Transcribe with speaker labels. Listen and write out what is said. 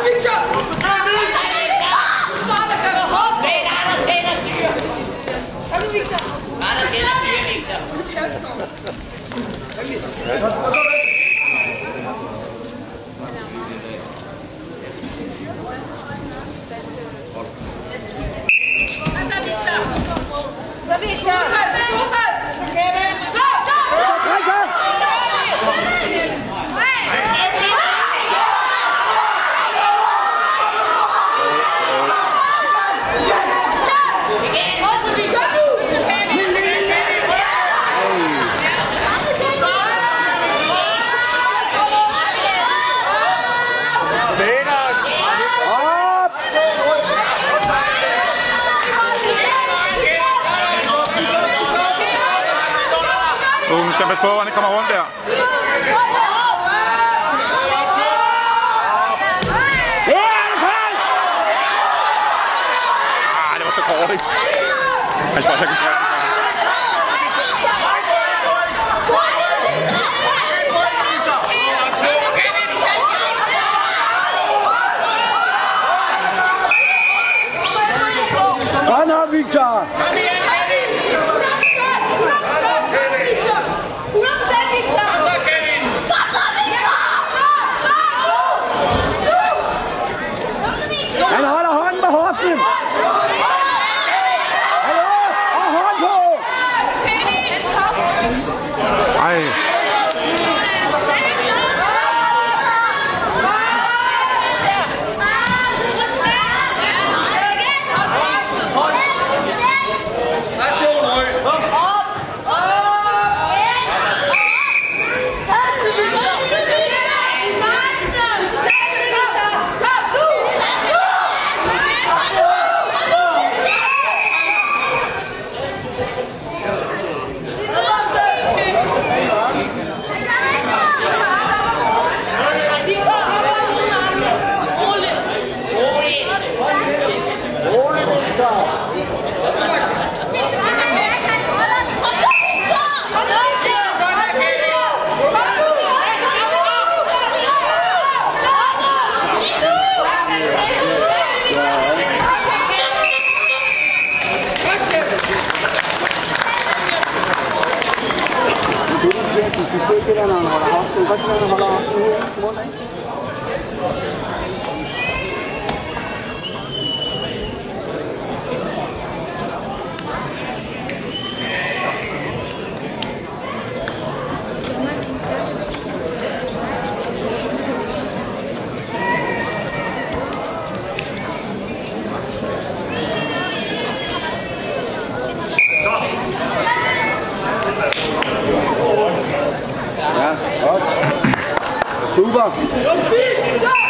Speaker 1: Nu skal passe på, at han kommer rundt der. Det var så kort, ikke? Han skal også have kontrol.
Speaker 2: Kom op, Victor! Han holder hånden på hoften! Hallo! Og hånd på!
Speaker 1: Ej. Du skal se det der, når han holder hoften. Du kan godt se, når han holder hoften ude i munden, ikke? Ja, godt. Super.